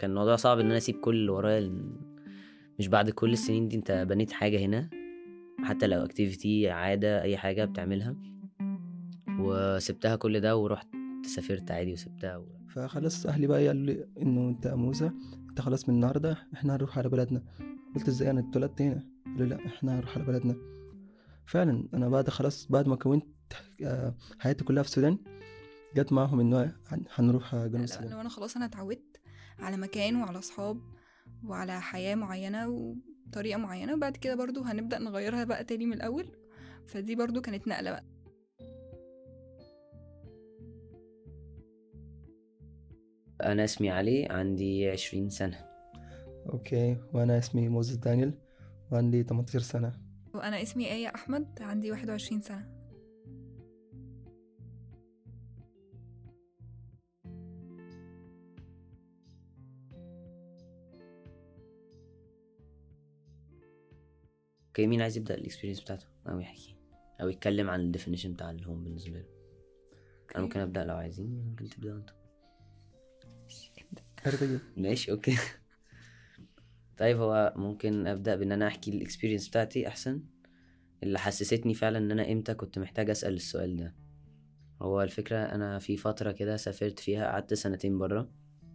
كان الموضوع صعب ان انا اسيب كل اللي ورايا مش بعد كل السنين دي انت بنيت حاجة هنا، حتى لو اكتيفيتي عادة اي حاجة بتعملها، وسبتها كل ده ورحت سافرت عادي وسبتها فخلاص اهلي بقى قالوا لي انه انت يا موسى انت خلاص من النهارده احنا هنروح على بلدنا. قلت ازاي انا اتولدت هنا؟ قالوا لا احنا هنروح على بلدنا. فعلا انا بعد ما كونت حياتي كلها في السودان، جت معاهم انه هنروح جنوب لا السودان. لو انا خلاص انا اتعودت على مكان وعلى اصحاب وعلى حياة معينة وطريقة معينة، وبعد كده برضو هنبدأ نغيرها بقى تاني من الأول. فدي برضو كانت نقلة بقى. انا اسمي علي، عندي 20 سنة. اوكي، وانا اسمي موزة دانيال وعندي 18 سنة. وأنا اسمي آية أحمد، عندي 21 سنة. اوكي، مين عايز يبدأ الاكسبيرينس بتاعته او يحكي او يتكلم عن الديفينيشن بتاع الهوم بالنسبة له؟ انا ممكن ابدأ لو عايزين، ممكن تبدأ انت. ماشي اوكي. طيب هو ممكن ابدأ بان انا احكي الاكسبيرينس بتاعتي احسن، اللي حسستني فعلا ان انا امتى كنت محتاج اسأل السؤال ده. هو الفكرة انا في فترة كده سافرت فيها، قعدت 2 برا،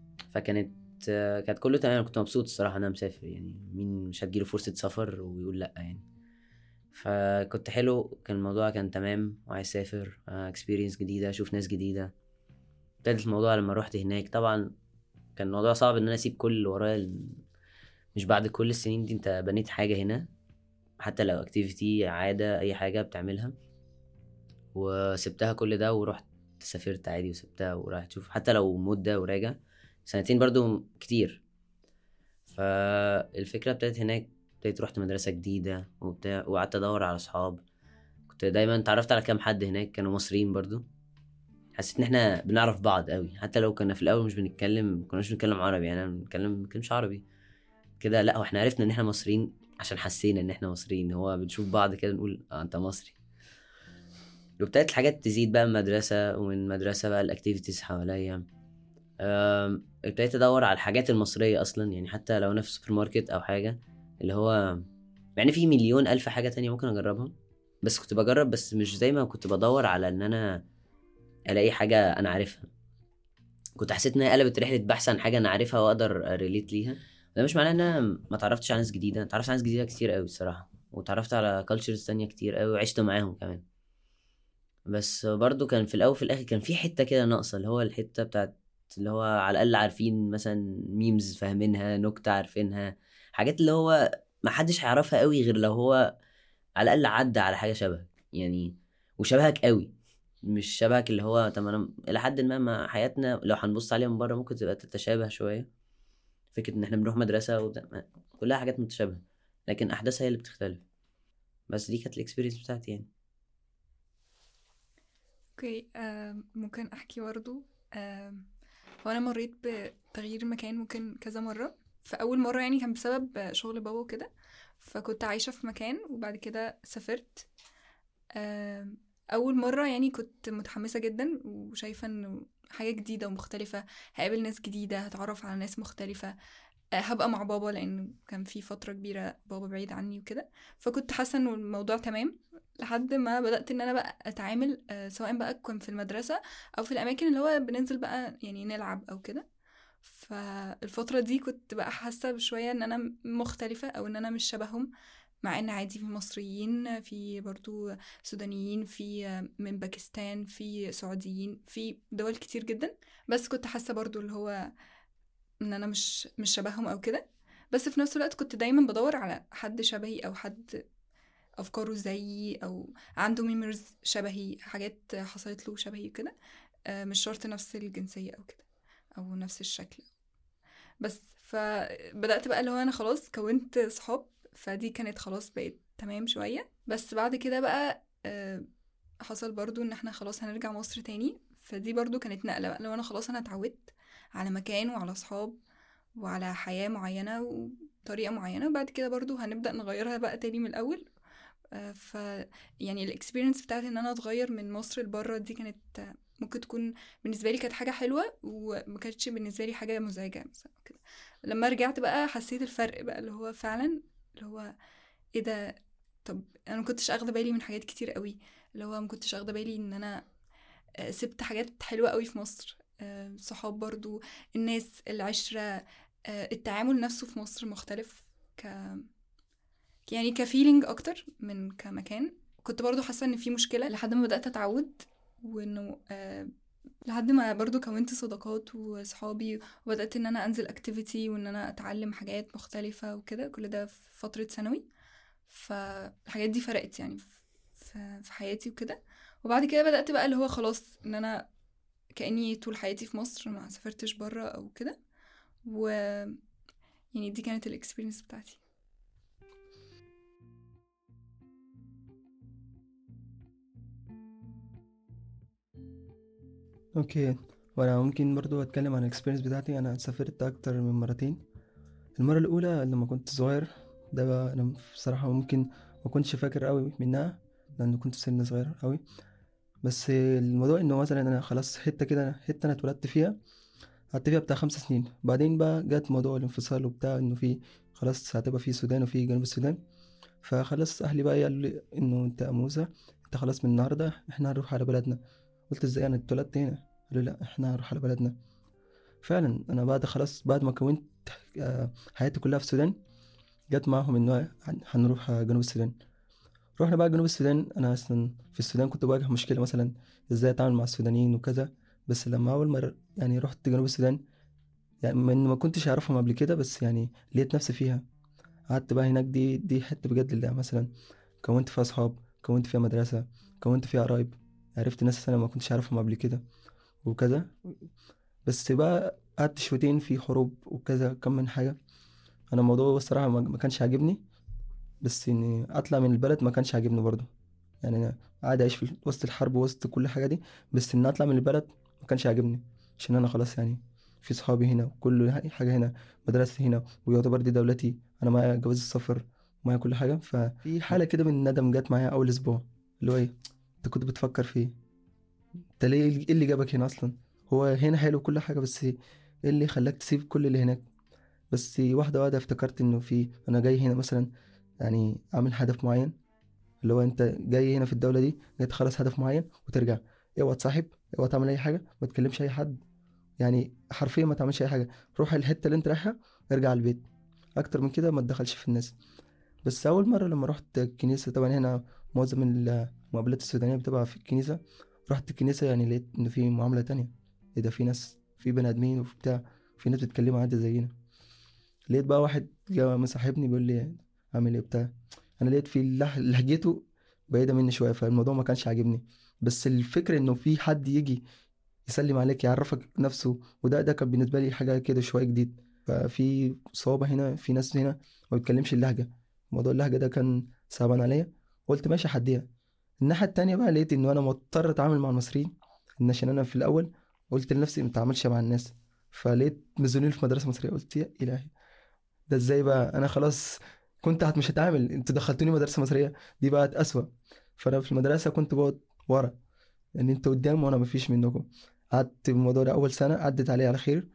كانت كله تمام، كنت مبسوط الصراحة انا مسافر، يعني مين مش هتجيله فرصة سفر ويقول لا يعني. فكنت حلو، كان الموضوع كان تمام وعايز اسافر اكسبيرينس جديدة، اشوف ناس جديدة. ابتدت الموضوع لما روحت هناك، طبعا كان الموضوع صعب ان انا اسيب كل اللي ورايا مش بعد كل السنين دي انت بنيت حاجة هنا، حتى لو اكتيفيتي عادة اي حاجة بتعملها، وسبتها كل ده ورحت سافرت عادي وسبتها ورايح تشوف، حتى لو مدة وراجع. 2 برضو كتير. فالفكرة ابتدت هناك، ابتديت رحت مدرسة جديدة وبتاع، وقعدت ادور على اصحاب. كنت دايما اتعرفت على كام حد هناك كانوا مصريين برضو، حسيت ان احنا بنعرف بعض قوي، حتى لو كنا في الاول مش بنتكلم، كناش بنتكلم عربي، يعني انا بنتكلمش عربي كده، لا واحنا عرفنا ان احنا مصريين عشان حسينا ان احنا مصريين، هو بنشوف بعض كده نقول انت مصري. وابتدت الحاجات تزيد بقى من مدرسة، ومن مدرسة بقى الاكتيفيتيز حواليا. ابتديت ادور على الحاجات المصرية اصلا، يعني حتى لو انا في سوبر ماركت او حاجة، اللي هو يعني في مليون الف حاجة تانية ممكن اجربها، بس كنت بجرب، بس مش زي ما كنت بدور على ان انا الاقي حاجة انا عارفها. كنت حسيت ان هي قلبت رحلة بحث عن حاجة انا عارفها واقدر ريليت ليها. ده مش معناه ان انا ما تعرفتش على ناس جديدة، تعرفت على ناس جديدة كتير قوي الصراحة، وتعرفت على كالتشرز تانية كتير قوي وعشت معاهم كمان. بس برضو كان في الاول وفي الاخر كان في حتة كده ناقصة، اللي هو الحتة بتاعت اللي هو على الاقل عارفين مثلا ميمز، فاهمينها، نكتة عارفينها، حاجات اللي هو ما حدش هيعرفها قوي غير لو هو على الاقل عدى على حاجة شبهك يعني، وشبهك قوي، مش شبهك اللي هو طب انا الى حد ما حياتنا لو هنبص عليها من بره ممكن تبقى تتشابه شويه، فكره ان احنا بنروح مدرسه كلها حاجات متشابهه، لكن احداثها هي اللي بتختلف. بس دي كانت الاكسبيرينس بتاعتي يعني. اوكي، ممكن احكي برضو. هو انا مريت بتغيير مكان ممكن كذا مرة. فاول مرة يعني كان بسبب شغل بابا وكده، فكنت عايشة في مكان وبعد كده سافرت. اول مرة يعني كنت متحمسة جدا وشايفة انه حاجة جديدة ومختلفة، هقابل ناس جديدة، هتعرف على ناس مختلفة. هبقى مع بابا لانه كان في فترة كبيرة بابا بعيد عني وكده. فكنت حاسة انه الموضوع تمام لحد ما بدأت ان انا بقى اتعامل، سواء بقى كنت في المدرسة او في الاماكن اللي هو بننزل بقى يعني نلعب او كده. فالفترة دي كنت بقى حاسة بشوية ان انا مختلفة او ان انا مش شبههم، مع ان عادي في مصريين، في برضو سودانيين، في من باكستان، في سعوديين، في دول كتير جدا. بس كنت حاسة برضو اللي هو ان انا مش شبههم او كده. بس في نفس الوقت كنت دايما بدور على حد شبهي او حد افكاره زيي او عنده ميمورز شبهي، حاجات حصلت له شبهي كده. مش شرط نفس الجنسية او كده او نفس الشكل. بس فبدأت بقى اللي هو انا خلاص كونت صحاب، فدي كانت خلاص بقت تمام شوية. بس بعد كده بقى حصل برضو ان احنا خلاص هنرجع مصر تاني. فدي برضو كانت نقلة بقى، لو انا خلاص انا اتعودت على مكان وعلى صحاب وعلى حياة معينة وطريقة معينة، وبعد كده برضو هنبدأ نغيرها بقى تاني من الأول. ف يعني الاكسبيرينس بتاعت ان انا اتغير من مصر لبره دي كانت ممكن تكون بالنسبة لي كانت حاجة حلوة، وما كانتش بالنسبة لي حاجة مزعجة مثلا كده. لما رجعت بقى حسيت الفرق بقى، اللي هو فعلا اللي هو ايه ده. طب انا ما كنتش اخده بالي من حاجات كتير قوي، اللي هو ما كنتش اخده بالي ان انا سبت حاجات حلوة قوي في مصر. صحاب برضو، الناس، العشرة، التعامل نفسه في مصر مختلف، يعني كفيلينج اكتر من كمكان. كنت برضو حاسة ان في مشكلة لحد ما بدأت اتعود، وانه لحد ما برضو كونت صداقات وصحابي، وبدأت ان انا انزل اكتيفيتي وان انا اتعلم حاجات مختلفة وكده. كل ده في فترة ثانوي، فالحاجات دي فرقت يعني في حياتي وكده. وبعد كده بدأت بقى اللي هو خلاص ان انا كأني طول حياتي في مصر، ما سافرتش برا او كده. و يعني دي كانت الاكسبيرينس بتاعتي. اوكي، وانا ممكن برضو اتكلم عن الاكسبيرينس بتاعتي. انا سافرت اكتر من مرتين. المره الاولى لما كنت صغير، ده بقى انا بصراحه ممكن ما كنتش فاكر قوي منها لانه كنت في سن صغير قوي. بس الموضوع انه مثلا انا خلاص حته كده، حته انا اتولدت فيها، قعدت فيها بتاع 5 سنين. بعدين بقى جت موضوع الانفصال وبتاع، انه في خلاص هتبقى في السودان وفي جنوب السودان. فخلاص اهلي بقى قالوا لي انه انت يا موسى، انت خلاص من النهارده احنا هنروح على بلدنا. قلت ازاي انا اتولدت هنا؟ قالوا لا احنا هنروح على بلدنا. فعلا انا بعد خلاص بعد ما كونت حياتي كلها في السودان، جت معاهم انه هنروح جنوب السودان. رحنا بقى جنوب السودان. انا اصلا في السودان كنت بواجه مشكله مثلا ازاي اتعامل مع السودانيين وكذا. بس لما اول مره يعني رحت جنوب السودان، يعني من ما كنتش اعرفهم قبل كده، بس يعني لقيت نفسي فيها. قعدت بقى هناك، دي حته بجد اللي مثلا كونت فيها اصحاب، كونت فيها مدرسه، كونت فيها قرايب، عرفت ناس انا ما كنتش اعرفهم قبل كده وكذا. بس بقى قعدت شويتين في حروب وكذا كم من حاجه. انا الموضوع الصراحه ما كانش عاجبني. بس اني اطلع من البلد ما كانش عاجبني برضه. يعني انا قاعد اعيش في وسط الحرب وسط كل حاجه دي، بس ان اطلع من البلد ما كانش عاجبني. عشان انا خلاص يعني في صحابي هنا وكل حاجه هنا، مدرستي هنا، ويعتبر دي دولتي. انا معايا جواز السفر، معايا كل حاجه. ففي حاله كده من الندم جت معايا اول اسبوع، اللي هو ايه، انت كنت بتفكر في ايه؟ انت ليه؟ ايه اللي جابك هنا اصلا؟ هو هنا حلو كل حاجه، بس ايه اللي خلاك تسيب كل اللي هناك؟ بس واحده واحده افتكرت انه في انا جاي هنا مثلا يعني اعمل هدف معين. اللي هو انت جاي هنا في الدوله دي، جاي تخلص هدف معين وترجع. اوعى تصاحب، اوعى تعمل اي حاجه، ما تكلمش اي حد. يعني حرفيا ما تعملش اي حاجه. روح الحته اللي انت رايحها وارجع البيت. اكتر من كده ما تدخلش في الناس. بس اول مره لما رحت الكنيسه، طبعا هنا معظم المقابلات السودانيه بتبقى في الكنيسه. رحت الكنيسه يعني لقيت ان في معامله تانية. ايه ده؟ في ناس، في بني ادمين وبتاع، في ناس بتتكلموا عادي زينا. لقيت بقى واحد جا مصاحبني بيقول لي عامل ايه بتاع. انا لقيت في لهجته بعيده مني شويه، فالموضوع ما كانش عاجبني. بس الفكره انه في حد يجي يسلم عليك يعرفك نفسه، ده كان بالنسبه لي حاجه كده شويه جديد. ففي صعوبه هنا، في ناس هنا ما بيتكلمش اللهجه. موضوع اللهجه ده كان صعبان عليا. قلت ماشي هحديها. الناحيه التانية بقى لقيت انه انا مضطر اتعامل مع المصريين. ان عشان انا في الاول قلت لنفسي ما اتعاملش مع الناس. فلقيت مزونين في مدرسه مصريه، قلت يا الهي، ده ازاي بقى؟ انا خلاص كنت مش هتعامل، انتوا دخلتوني مدرسه مصريه، دي بقت اسوأ. فانا في المدرسه كنت بقعد ورا، ان انت قدام وانا مفيش منكم. قعدت الموضوع ده اول سنه عدت عليه على خير.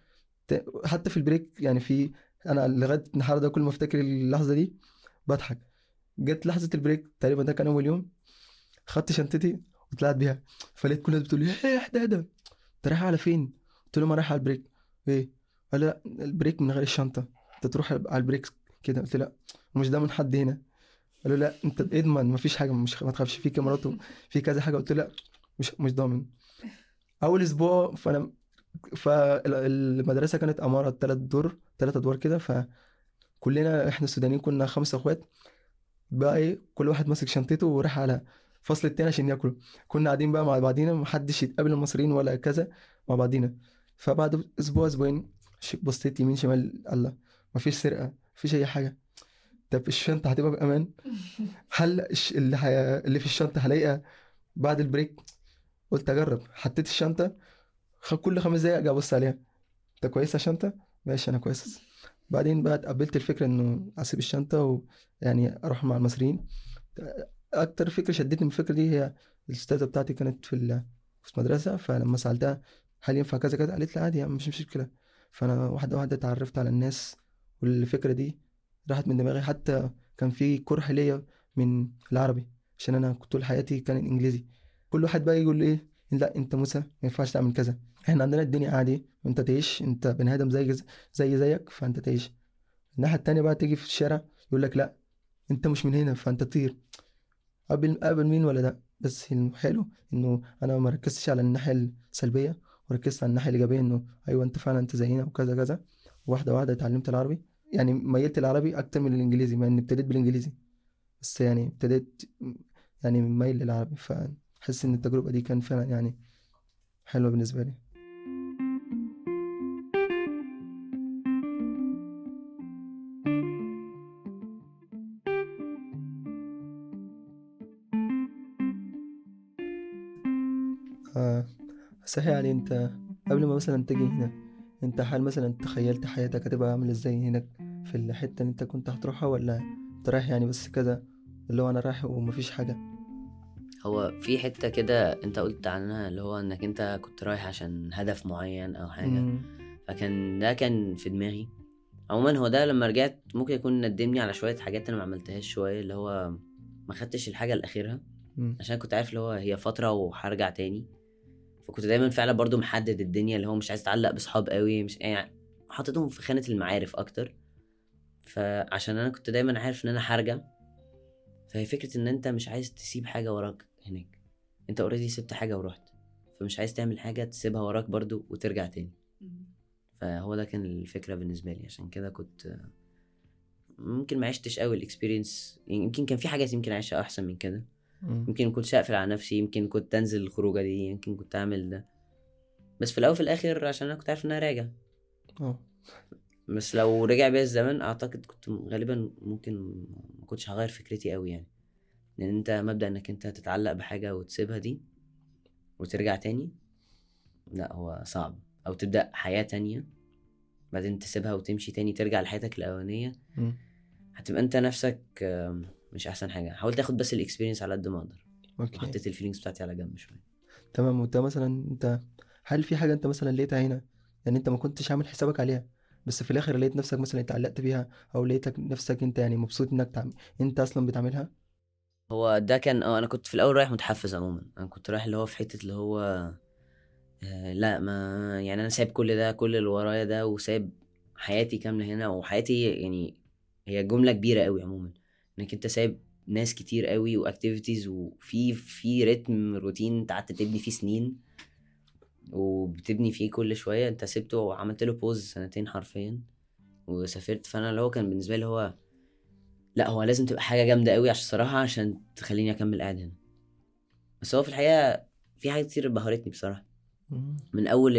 حتى في البريك يعني في، انا لغايه النهارده كل ما افتكر اللحظه دي بضحك. جت لحظه البريك تقريبا، ده كان اول يوم، خدت شنطتي وطلعت بيها. فلقيت كل الناس بتقول لي ايه اهدى، انت رايح على فين؟ قلت لهم انا رايح على البريك. ايه؟ قال لا البريك من غير الشنطه، انت تروح على البريك كده. قلت لا، ومش ده من حد هنا. قالوا لا انت اضمن مفيش حاجه، مش ما تخافش، في كاميرات في كذا حاجه. قلت لا مش ضامن. اول اسبوع فالمدرسه كانت عماره 3 دور، 3 ادوار كده. فكلنا احنا السودانيين كنا 5 اخوات. بقى ايه، كل واحد ماسك شنطته وراح على فصل التاني عشان ياكلوا. كنا قاعدين بقى مع بعضينا، محدش يتقابل المصريين ولا كذا، مع بعضينا. فبعد اسبوع اسبوعين بصيت يمين شمال، الله، مفيش سرقه، مفيش اي حاجه. طب الشنطه هتبقى بامان؟ هل اللي في الشنطه هلاقيها بعد البريك؟ قلت اجرب. حطيت الشنطه، كل 5 دقايق اجي ابص عليها، انت كويسه الشنطه؟ ماشي انا كويس. بعدين بقى اتقبلت الفكره انه اسيب الشنطه ويعني اروح مع المصريين. اكتر فكره شدتني من الفكره دي هي الاستاذه بتاعتي كانت في المدرسه. فلما سالتها هل ينفع كذا كذا، قالت لي عادي يعني مش مشكله. فانا واحده واحده اتعرفت على الناس، والفكره دي راحت من دماغي. حتى كان في كره ليا من العربي، عشان انا كنت طول حياتي كان انجليزي. كل واحد بقى يقول لي ايه، لا انت موسى ما ينفعش تعمل كذا، احنا عندنا الدنيا عادي وانت تعيش، انت بني ادم زيك فانت تعيش. الناحيه التانية بقى تيجي في الشارع يقول لك لا انت مش من هنا فانت طير. قابل مين ولا ده. بس الحلو انه انا ما ركزتش على الناحيه السلبيه، وركزت على الناحيه الايجابيه، انه ايوه انت فعلا انت زينا وكذا كذا. واحده واحده اتعلمت العربي، يعني ميلت العربي اكتر من الانجليزي، مع اني ابتديت بالانجليزي، بس يعني ابتديت يعني ميل للعربي. فحس ان التجربه دي كان فعلا يعني حلوه بالنسبه لي. آه صحيح. يعني انت قبل ما مثلا تجي هنا، انت حال مثلا تخيلت حياتك هتبقى عامل ازاي هناك في الحتة اللي انت كنت هتروحها، ولا انت رايح يعني بس كده اللي هو انا رايح ومفيش حاجة؟ هو في حتة كده انت قلت عنها اللي هو انك انت كنت رايح عشان هدف معين او حاجة، فكان ده كان في دماغي. عموما هو ده لما رجعت ممكن يكون ندمني على شوية حاجات انا ما عملتهاش، شوية اللي هو ما خدتش الحاجة لاخرها، عشان كنت عارف اللي هو هي فترة وهرجع تاني. فكنت دايما فعلا برضو محدد الدنيا، اللي هو مش عايز اتعلق بصحاب قوي، مش يعني حاططهم في خانة المعارف اكتر. فعشان انا كنت دايما عارف ان انا هرجع، فهي فكرة ان انت مش عايز تسيب حاجة وراك هناك، انت اوريدي سبت حاجة ورحت، فمش عايز تعمل حاجة تسيبها وراك برضو وترجع تاني. فهو ده كان الفكرة بالنسبة لي، عشان كده كنت ممكن ما عشتش قوي الاكسبيرينس، يعني يمكن كان في حاجات يمكن اعيشها احسن من كده، يمكن كنت اقفل على نفسي، يمكن كنت انزل الخروجة دي، يمكن كنت اعمل ده، بس في الاول وفي الاخر عشان انا كنت عارف ان انا راجع. اه بس لو رجع بيا الزمن اعتقد كنت غالبا ممكن ما كنتش هغير فكرتي قوي يعني، لان انت مبدأ انك انت تتعلق بحاجة وتسيبها دي وترجع تاني، لا هو صعب. او تبدأ حياة تانية بعدين تسيبها وتمشي تاني ترجع لحياتك الأولانية، هتبقى انت نفسك مش احسن حاجة. حاولت اخد بس الاكسبيرينس على قد ما اقدر، اوكي وحطيت الفيلينجز بتاعتي على جنب شوية. تمام. وانت مثلا انت هل في حاجة انت مثلا لقيتها هنا يعني انت ما كنتش عامل حسابك عليها، بس في الاخر لقيت نفسك مثلا اتعلقت بيها، او لقيتك نفسك انت يعني مبسوط انك انت اصلا بتعملها؟ هو ده كان انا كنت في الاول رايح متحفز. عموما انا كنت رايح اللي هو في حتة اللي هو لا ما يعني انا سايب كل ده، كل اللي ورايا ده، وسايب حياتي كاملة هنا. وحياتي يعني هي جملة كبيرة قوي عموما، انك انت سايب ناس كتير قوي واكتيفيتيز، وفي رتم روتين انت قعدت تبني فيه سنين وبتبني فيه كل شوية، انت سبته وعملت له بوز سنتين حرفيا وسافرت. فانا اللي هو كان بالنسبة لي هو لا هو لازم تبقى حاجة جامدة قوي عشان الصراحة عشان تخليني اكمل قاعد هنا. بس هو في الحقيقة في حاجات كتير بهرتني بصراحة، من اول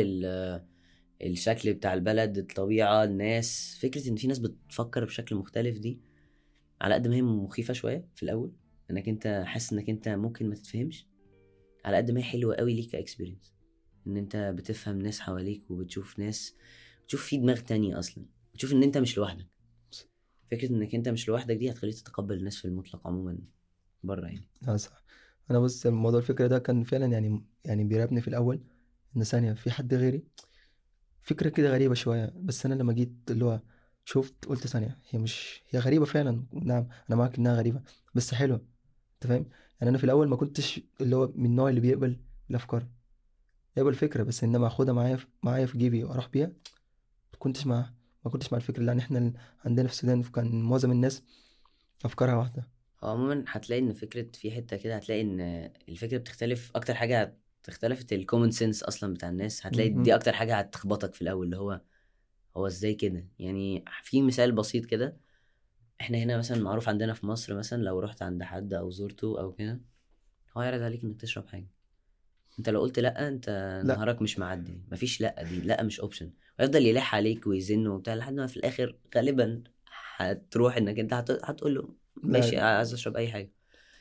الشكل بتاع البلد، الطبيعة، الناس، فكرة ان في ناس بتفكر بشكل مختلف دي، على قد ما هي مخيفة شوية في الاول انك انت حاسس انك انت ممكن ما تتفهمش، على قد ما هي حلوة قوي ليك كاكسبيرينس، ان انت بتفهم ناس حواليك وبتشوف ناس، بتشوف في دماغ تانية اصلا، بتشوف ان انت مش لوحدك. فكرة انك انت مش لوحدك دي هتخليك تتقبل الناس في المطلق عموما بره يعني. اه صح. انا بص موضوع الفكرة ده كان فعلا يعني بيرعبني في الاول، ان ثانية في حد غيري. فكرة كده غريبة شوية، بس أنا لما جيت اللي هو شفت قلت ثانية هي مش هي غريبة فعلا، نعم أنا معاك إنها غريبة بس حلوة. أنت فاهم؟ يعني أنا في الأول ما كنتش اللي هو من النوع اللي بيقبل الأفكار، يقبل فكرة بس إنما أخدها معايا في جيبي وأروح بيها. ما كنتش مع الفكرة، لأن إحنا عندنا في السودان كان معظم الناس أفكارها واحدة. هو عموما هتلاقي ان فكرة في حتة كده، هتلاقي ان الفكرة بتختلف. اكتر حاجة اختلفت الكومن سنس اصلا بتاع الناس، هتلاقي دي اكتر حاجة هتخبطك في الاول، اللي هو ازاي كده يعني. في مثال بسيط كده، احنا هنا مثلا معروف عندنا في مصر، مثلا لو رحت عند حد او زرته او كده، هو يعرض عليك انك تشرب حاجة، انت لو قلت لا انت لا نهارك مش معدي، مفيش لا، دي لا مش اوبشن، ويفضل يلح عليك ويزن وبتاع لحد ما في الاخر غالبا هتروح انك انت هتقول له لا ماشي عايز اشرب اي حاجة.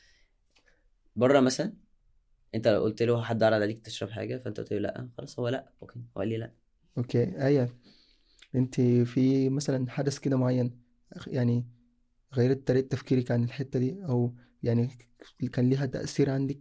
بره مثلا انت لو قلت له حد عرض عليك تشرب حاجه فانت قلت له لا، خلاص هو لا اوكي، هو قال لي لا. أوكي أيوة. أنت في مثلا حدث كده معين يعني غيرت طريقة تفكيرك عن الحتة دي، أو يعني كان ليها تأثير عندك؟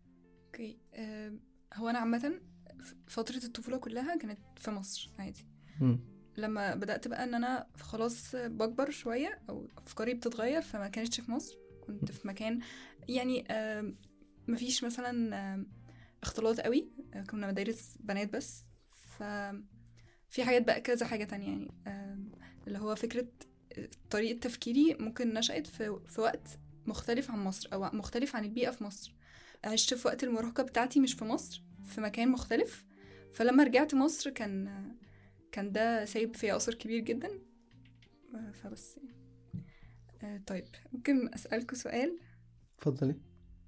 اوكي هو انا عامه فتره الطفوله كلها كانت في مصر عادي. لما بدأت بقى ان انا خلاص بكبر شوية او افكاري بتتغير، فما كانتش في مصر، كنت في مكان يعني مفيش مثلا اختلاط قوي، كنا مدارس بنات بس. ففي حاجات بقى كذا حاجة تانية يعني اللي هو فكرة طريقة تفكيري ممكن نشأت في وقت مختلف عن مصر او مختلف عن البيئة في مصر. عشت في وقت المراهقة بتاعتي مش في مصر، في مكان مختلف. فلما رجعت مصر كان ده سايب فيها أثر كبير جدا. فبس طيب ممكن أسألكوا سؤال؟ اتفضلي.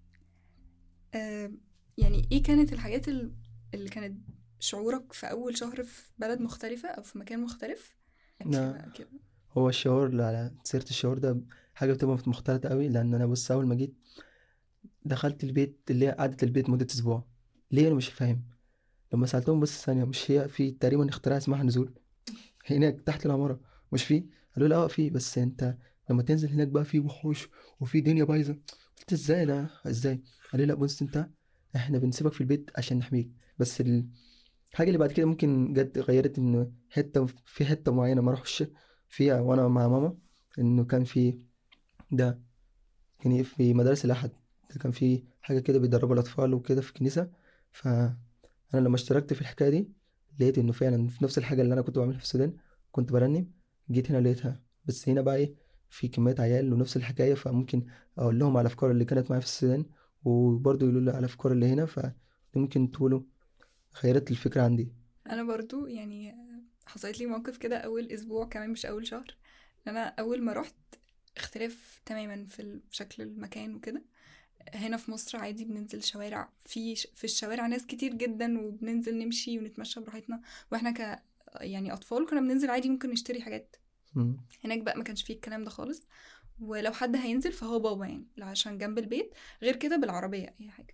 يعني ايه كانت الحاجات اللي كانت شعورك في أول شهر في بلد مختلفة أو في مكان مختلف؟ كده هو الشعور على سيرة الشعور ده حاجة بتبقى مختلطة قوي، لأن أنا بص أول ما جيت دخلت البيت اللي هي قعدة البيت مدة أسبوع. ليه؟ أنا مش فاهم. لما سألتهم بص ثانية، مش هي في تقريبا اختراع اسمها نزول هناك تحت العمارة؟ مش في؟ قالوا لا في، بس انت لما تنزل هناك بقى في وحوش وفي دنيا بايظة. قلت ازاي ده ازاي؟ قال لي لا بص انت، احنا بنسيبك في البيت عشان نحميك. بس الحاجة اللي بعد كده ممكن جد غيرت، انه حتة معينة ما اروحش فيها وانا مع ماما، انه كان في ده يعني في مدارس الأحد، كان في حاجة كده بيدربوا الأطفال وكده في كنيسة. فأنا لما اشتركت في الحكاية دي لقيت إنه فعلا في نفس الحاجة اللي أنا كنت بعملها في السودان كنت برنم، جيت هنا لقيتها. بس هنا بقى إيه، في كمية عيال ونفس الحكاية، فممكن أقول لهم على الأفكار اللي كانت معايا في السودان وبرضه يقولوا لي على الأفكار اللي هنا، فممكن تقولوا غيرت الفكرة عندي. أنا برضو يعني حصلت لي موقف كده أول أسبوع كمان مش أول شهر. أنا أول ما رحت اختلاف تماما في شكل المكان وكده. هنا في مصر عادي بننزل شوارع، في الشوارع ناس كتير جدا وبننزل نمشي ونتمشى براحتنا، واحنا يعني اطفال كنا بننزل عادي ممكن نشتري حاجات. هناك بقى ما كانش فيه الكلام ده خالص، ولو حد هينزل فهو بابا يعني عشان جنب البيت، غير كده بالعربية اي حاجة.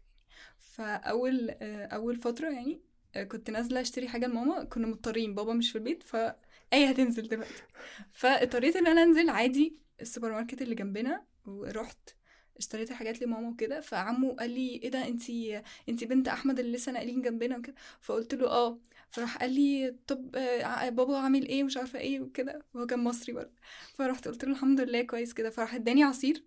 اول فترة يعني كنت نازلة اشتري حاجة لماما، كنا مضطرين بابا مش في البيت فاي هتنزل دلوقتي. فاضطريت ان انا انزل عادي السوبر ماركت اللي جنبنا، ورحت اشتريت حاجات لماما وكده. فعمو قال لي ايه ده، انتي بنت احمد اللي لسه ناقلين جنبنا وكده. فقلت له اه. فراح قال لي طب بابا عامل ايه مش عارفه ايه وكده، وهو كان مصري برضه. فرحت قلت له الحمد لله كويس كده. فراح اداني عصير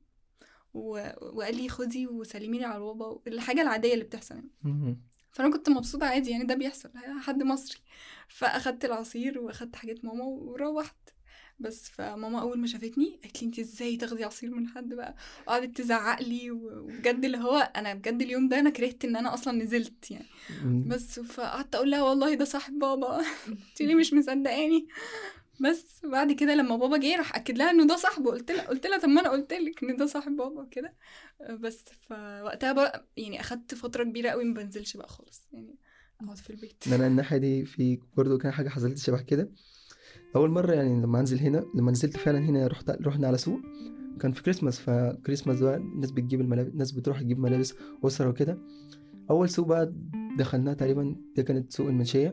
وقال لي خدي وسلمي لي على بابا، الحاجه العاديه اللي بتحصل يعني. فانا كنت مبسوطه عادي يعني، ده بيحصل حد مصري. فاخدت العصير واخدت حاجات ماما وروحت. بس فماما اول ما شافتني قالت لي انت ازاي تاخدي عصير من حد بقى، وقعدت تزعق لي وبجد اللي هو انا بجد اليوم ده انا كرهت ان انا اصلا نزلت يعني. بس فقعدت اقول لها والله ده صاحب بابا انت ليه مش مصدقاني؟ بس بعد كده لما بابا جه راح اكد لها انه ده صاحبه. قلت لها طب ما انا قلت لك ان ده صاحب بابا كده. بس فوقتها بقى يعني اخدت فتره كبيره قوي ما بنزلش بقى خالص يعني، اقعد في البيت. انا الناحيه دي في برضه كان حاجه حصلت شبه كده. اول مره يعني لما انزل هنا، لما نزلت فعلا هنا رحنا على سوق، كان في كريسماس. فكريسماس بقى الناس بتجيب الملابس، الناس بتروح تجيب ملابس اسره وكده. اول سوق بقى دخلناه تقريبا ده كانت سوق المنشيه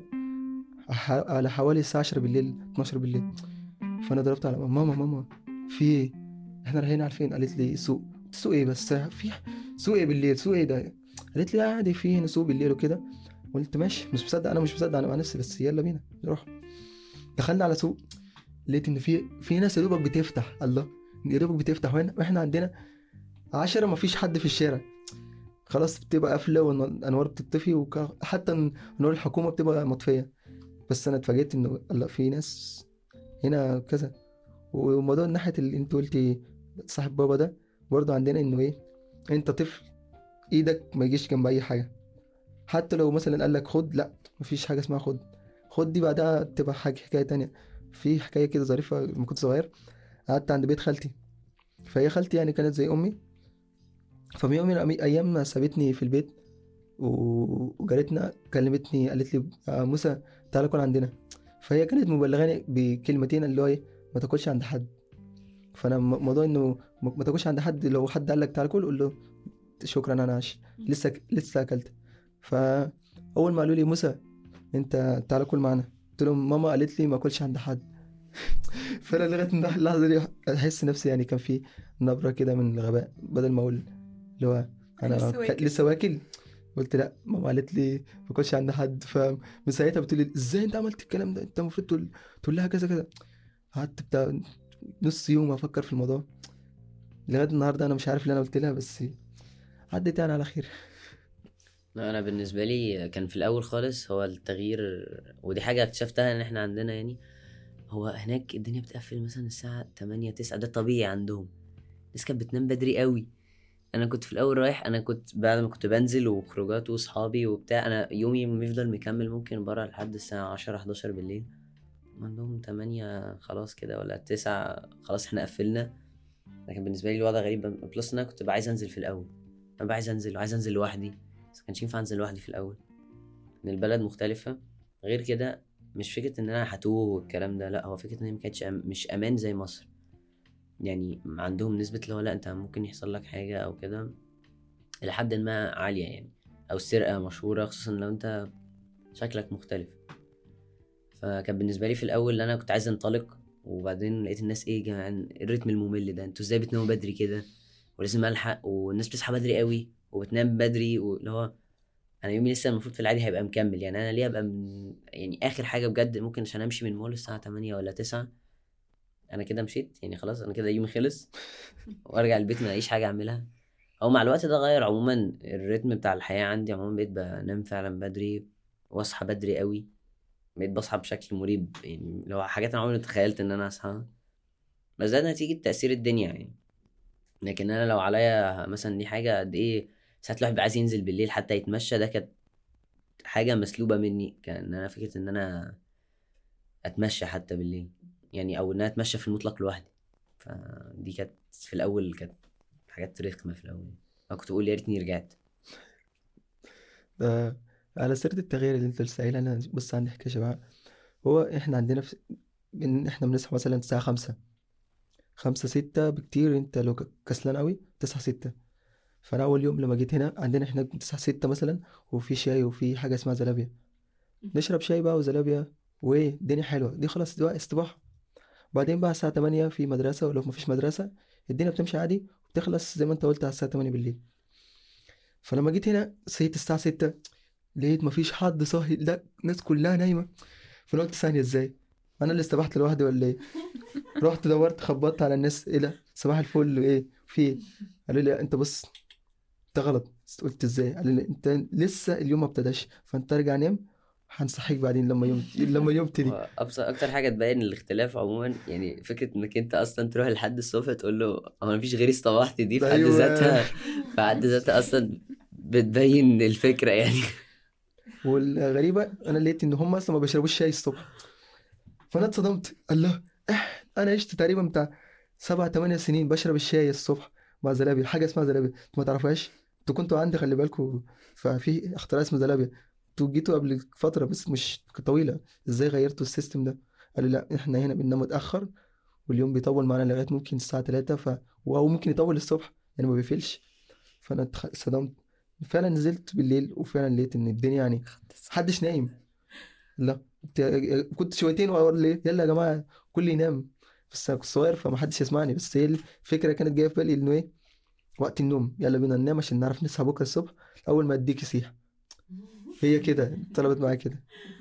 على حوالي الساعه 10 بالليل 12 بالليل. فانا ضربت على ماما في ايه، احنا رايحين على فين؟ قالت لي سوق. سوق ايه بس؟ في سوق ايه بالليل؟ سوق ايه ده؟ قالت لي عادي في هنا سوق بالليل وكده. قلت ماشي، مش مصدق، انا مش مصدق انا مع نفسي، بس يلا بينا نروح. دخلنا على سوق، لقيت ان في ناس يا دوبك بتفتح، الله يا دوبك بتفتح، واحنا عندنا 10 ما فيش حد في الشارع، خلاص بتبقى قافله والانوار بتطفي، وحتى انوار الحكومه بتبقى مطفيه. بس انا اتفاجئت انه الله في ناس هنا كذا. وموضوع ناحيه اللي انت قلتي صاحب بابا ده برضه عندنا، انه ايه، انت طفل ايدك ما يجيش جنب اي حاجه. حتى لو مثلا قال لك خد، لا مفيش حاجه اسمها خد دي بعدها تبقى حكايه تانية. في حكايه كده ظريفه لما كنت صغير، قعدت عند بيت خالتي، فهي خالتي يعني كانت زي امي. ففي يوم من الايام ما سابتني في البيت وجارتنا كلمتني قالت لي موسى تعالى كل عندنا. فهي كانت مبلغاني بكلمتين اللي هو ايه، ما تاكلش عند حد. فانا موضوع انه ما تاكلش عند حد، لو حد قال لك تعالى كل قول له شكرا انا لسه اكلت. فاول ما قالوا لي موسى انت تعالى كل معانا، قلت لهم ماما قالت لي ما اكلش عند حد. فانا لغايه اللحظه دي احس نفسي يعني كان في نبره كده من الغباء، بدل ما اقول اللي هو انا لسه واكل، قلت لا، ماما قالت لي ما كنتش عند حد، فمن ساعتها بتقول لي ازاي انت عملت الكلام ده، انت المفروض تقول لها كذا كذا. قعدت بتاع نص يوم افكر في الموضوع، لغايه النهارده انا مش عارف اللي انا قلت لها، بس عدت يعني على خير. لا، انا بالنسبه لي كان في الاول خالص هو التغيير، ودي حاجه اكتشفتها ان احنا عندنا يعني. هو هناك الدنيا بتقفل مثلا الساعه 8 9، ده طبيعي عندهم. الناس كانت بتنام بدري قوي. انا كنت في الاول رايح، انا كنت بعد ما كنت بنزل وخروجات واصحابي وبتاع، انا يومي بيفضل مكمل ممكن برا لحد الساعه 10 11 بالليل. عندهم 8 خلاص كده ولا 9 خلاص احنا قفلنا. لكن بالنسبه لي الوضع غريب، بلس ان انا كنت بقى عايز انزل في الاول. انا بقى عايز انزل وعايز انزل لوحدي، بس ما كانش ينفع انزل لوحدي في الاول ان البلد مختلفه. غير كده مش فكره ان انا هتوه والكلام ده، لا، هو فكره ان هي ما كانتش مش امان زي مصر. يعني عندهم نسبه اللي هو لا انت ممكن يحصل لك حاجه او كده الى حد ما عاليه يعني، او السرقه مشهوره خصوصا لو انت شكلك مختلف. فكان بالنسبه لي في الاول انا كنت عايز انطلق، وبعدين لقيت الناس ايه يا جماعه الريتم الممل ده، انتوا ازاي بتناموا بدري كده ولازم الحق، والناس بتصحى بدري قوي وبتنام بدري، واللي هو انا يومي لسه المفروض في العادي هيبقى مكمل. يعني انا ليه ابقى يعني اخر حاجه بجد ممكن عشان امشي من المول الساعه 8 ولا 9 انا كده مشيت يعني خلاص، انا كده يومي خلص وارجع البيت ما الاقيش حاجه اعملها. او مع الوقت ده غير عموما الريتم بتاع الحياه عندي عموما، بقيت بنام فعلا بدري واصحى بدري قوي. بقيت بصحى بشكل مريب يعني، لو حاجات انا عمري ما تخيلت ان انا اصحى، بس ده نتيجه تاثير الدنيا يعني. لكن انا لو عليا مثلا دي حاجه قد ايه ساعات الواحد بيبقى عايز ينزل بالليل حتى يتمشى، ده كانت حاجه مسلوبه مني. كان انا فكره ان انا اتمشى حتى بالليل يعني، او ان انا اتمشى في المطلق لوحدي. فدي كانت في الاول كانت حاجات رخمه في الاول. انا كنت بقول يا ريتني رجعت. ده على سيرة التغيير اللي انت لسه قايل، انا بص عندي حكايه شبه. هو احنا عندنا ان احنا بنصحى مثلا الساعه 5، 5 6 بكتير، انت لو كسلان قوي تصحى 6. فانا اول يوم لما جيت هنا عندنا احنا بتصحى 6 مثلا، وفي شاي وفي حاجه اسمها زلابيا، نشرب شاي بقى وزلابيا، وايه الدنيا حلوه دي، خلاص دي بقى استباحه. وبعدين بقى الساعه 8 في مدرسه، ولو مفيش مدرسه الدنيا بتمشي عادي وبتخلص زي ما انت قلت على الساعه 8 بالليل. فلما جيت هنا صحيت الساعه 6، لقيت مفيش حد صاحي، لا الناس كلها نايمه. فانا قلت ثانيه ازاي، انا اللي استبحت لوحدي ولا ايه؟ رحت دورت خبطت على الناس، ايه ده صباح الفل وايه في إيه؟ قالوا لي انت بص انت غلط. قلت ازاي؟ قالوا لي انت لسه اليوم ما ابتداش، فانت ارجع نام، هنصحيك بعدين لما اليوم يبتدي. وابسط اكتر حاجه تبين الاختلاف عموما يعني فكره انك انت اصلا تروح لحد الصبح تقول له هو مفيش غيري صباحتي، دي في حد ايوه. ذاتها في حد ذاتها اصلا بتبين الفكره يعني. والغريبه انا لقيت ان هم اصلا ما بيشربوش شاي الصبح، فانا اتصدمت. الله، انا عشت تقريبا بتاع 7 8 سنين بشرب الشاي الصبح مع زلابيا، حاجه اسمها زلابيا انتوا ما تعرفوهاش؟ انتوا كنتوا عندي خلي بالكوا، ففي اختراع اسمه زلابيا، انتوا جيتوا قبل فتره بس مش طويله، ازاي غيرتوا السيستم ده؟ قالوا لا احنا هنا بننام متاخر، واليوم بيطول معانا لغايه ممكن الساعه 3 او ممكن يطول الصبح يعني ما بيفيلش. فانا اتصدمت فعلا، نزلت بالليل وفعلا لقيت ان الدنيا يعني محدش نايم. لا كنت شويتين واقول ليه يلا يا جماعه كل ينام، بس انا كنت صغير فما حدش يسمعني، بس هي الفكره كانت جايه في بالي انه ايه، وقت النوم يلا بينا ننام عشان نعرف نصحى بكره الصبح اول ما اديك يسيح. هي كده طلبت معايا كده.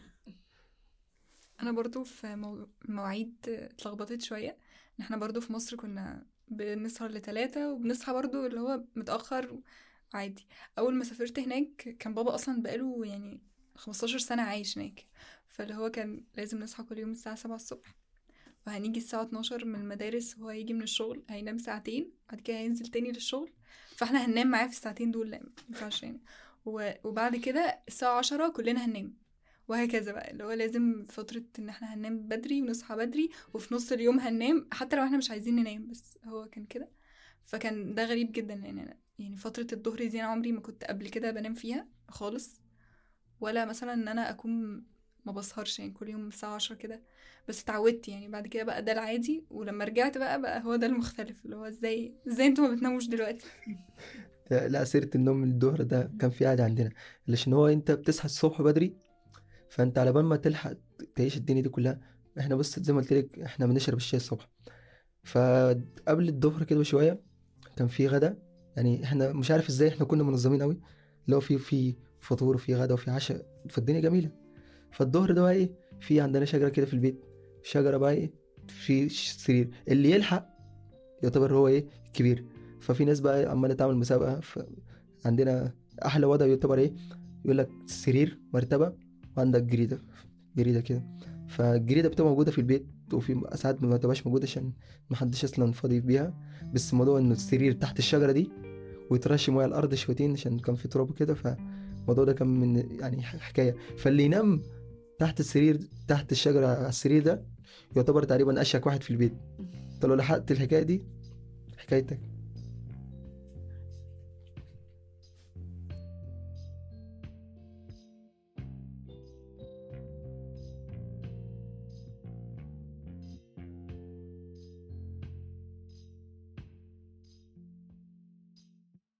انا برضو في مواعيد اتلخبطت شويه، ان احنا برضو في مصر كنا بنسهر ل3 وبنصحى برضو اللي هو متاخر عادي. اول ما سافرت هناك كان بابا اصلا بقاله يعني 15 سنه عايش هناك، فاللي هو كان لازم نصحى كل يوم الساعه 7 الصبح، وهنيجي الساعه 12 من المدارس، وهو هيجي من الشغل هينام ساعتين بعد كده هينزل تاني للشغل، فاحنا هننام معاه في الساعتين دول، لا مينفعش يعني. وبعد كده الساعه 10 كلنا هننام، وهكذا بقى اللي هو لازم فترة ان احنا هننام بدري ونصحى بدري، وفي نص اليوم هننام حتى لو احنا مش عايزين ننام، بس هو كان كده. فكان ده غريب جدا، لان انا يعني فترة الظهر دي انا عمري ما كنت قبل كده بنام فيها خالص، ولا مثلا ان انا اكون ما بسهرش يعني كل يوم الساعة 10 كده، بس اتعودت يعني بعد كده بقى ده العادي. ولما رجعت بقى هو ده المختلف، اللي هو ازاي انتوا ما بتناموش دلوقتي؟ لا سيره النوم الظهر ده كان في عادة عندنا، علشان هو انت بتصحى الصبح بدري، فانت على بال ما تلحق تعيش الدنيا دي كلها. احنا بص زي ما قلت لك احنا بنشرب الشاي الصبح، فقبل الظهر كده بشويه كان في غدا. يعني احنا مش عارف ازاي احنا كنا منظمين قوي، اللي هو في فطور وفي غدا وفي عشاء، فالدنيا جميله. فالظهر ده بقى ايه، في عندنا شجره كده في البيت، شجره بقى ايه، في سرير، اللي يلحق يعتبر هو ايه كبير. ففي ناس بقى عماله تعمل مسابقه. عندنا احلى وضع يعتبر ايه، يقول لك سرير مرتبه وعندك جريده كده. فالجريده بتبقى موجوده في البيت، وفي ساعات ما تبقاش موجوده عشان ما حدش اصلا فاضي بيها. بس الموضوع انه السرير تحت الشجره دي ويترش ميه على الارض شويتين عشان كان في تراب وكده، فالموضوع ده كان من يعني حكايه. فاللي ينام تحت السرير، تحت الشجره على السرير ده، يعتبر تقريبا اشيك واحد في البيت. انت لو لحقت الحكايه دي حكايتك.